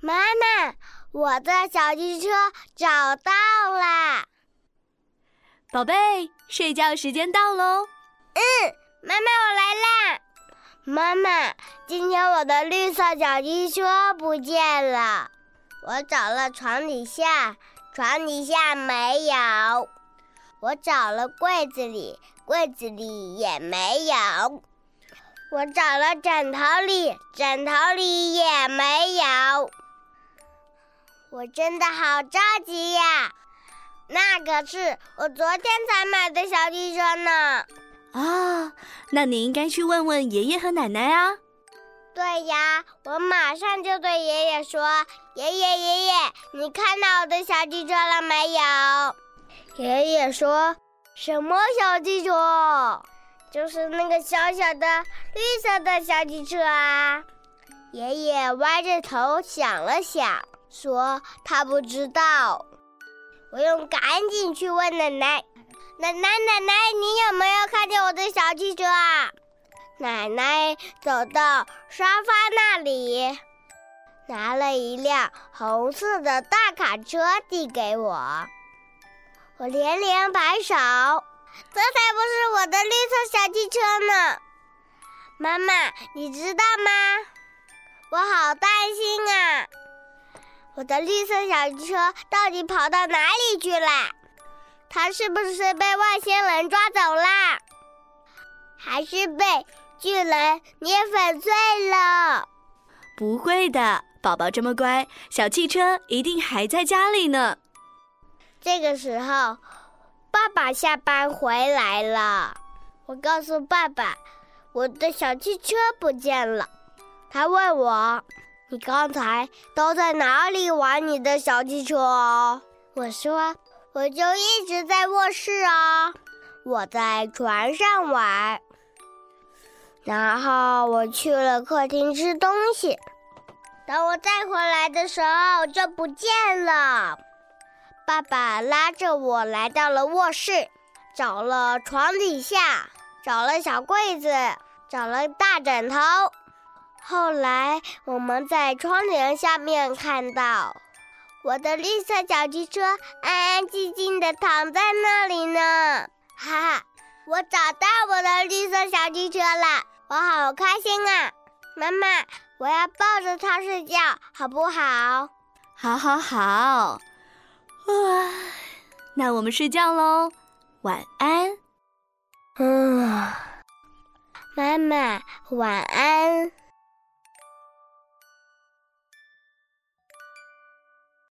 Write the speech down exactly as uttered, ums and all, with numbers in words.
妈妈，我的小汽车找到啦！ 宝贝，睡觉时间到喽。 嗯，妈妈，我来啦。妈妈，今天我的绿色小汽车不见了，我找了床底下，床底下没有；我找了柜子里，柜子里也没有；我找了枕头里，枕头里也没有。我真的好着急呀！那个是我昨天才买的小汽车呢。 啊，那你应该去问问爷爷和奶奶啊。 对呀，我马上就对爷爷说：爷爷爷爷，你看到我的小汽车了没有？爷爷说：什么小汽车？就是那个小小的绿色的小汽车啊。爷爷歪着头想了想，说他不知道。我又赶紧去问奶奶，奶奶奶奶，你有没有看见我的小汽车啊？奶奶走到沙发那里，拿了一辆红色的大卡车递给我。我连连摆手，这才不是我的绿色小汽车呢。妈妈，你知道吗？我好担心啊！我的绿色小汽车到底跑到哪里去了？它是不是被外星人抓走啦？还是被巨人捏粉碎了？ 不会的，宝宝这么乖，小汽车一定还在家里呢。 这个时候，爸爸下班回来了。我告诉爸爸，我的小汽车不见了。他问我，你刚才都在哪里玩你的小汽车哦？我说，我就一直在卧室哦，我在床上玩。然后我去了客厅吃东西，等我再回来的时候就不见了。爸爸拉着我来到了卧室，找了床底下，找了小柜子，找了大枕头。后来我们在窗帘下面看到我的绿色小汽车安安静静地躺在那里呢。哈哈，我找到我的绿色小汽车了，我好开心啊！妈妈，我要抱着它睡觉，好不好？ 好好好。哇，那我们睡觉咯，晚安。 嗯，妈妈，晚安。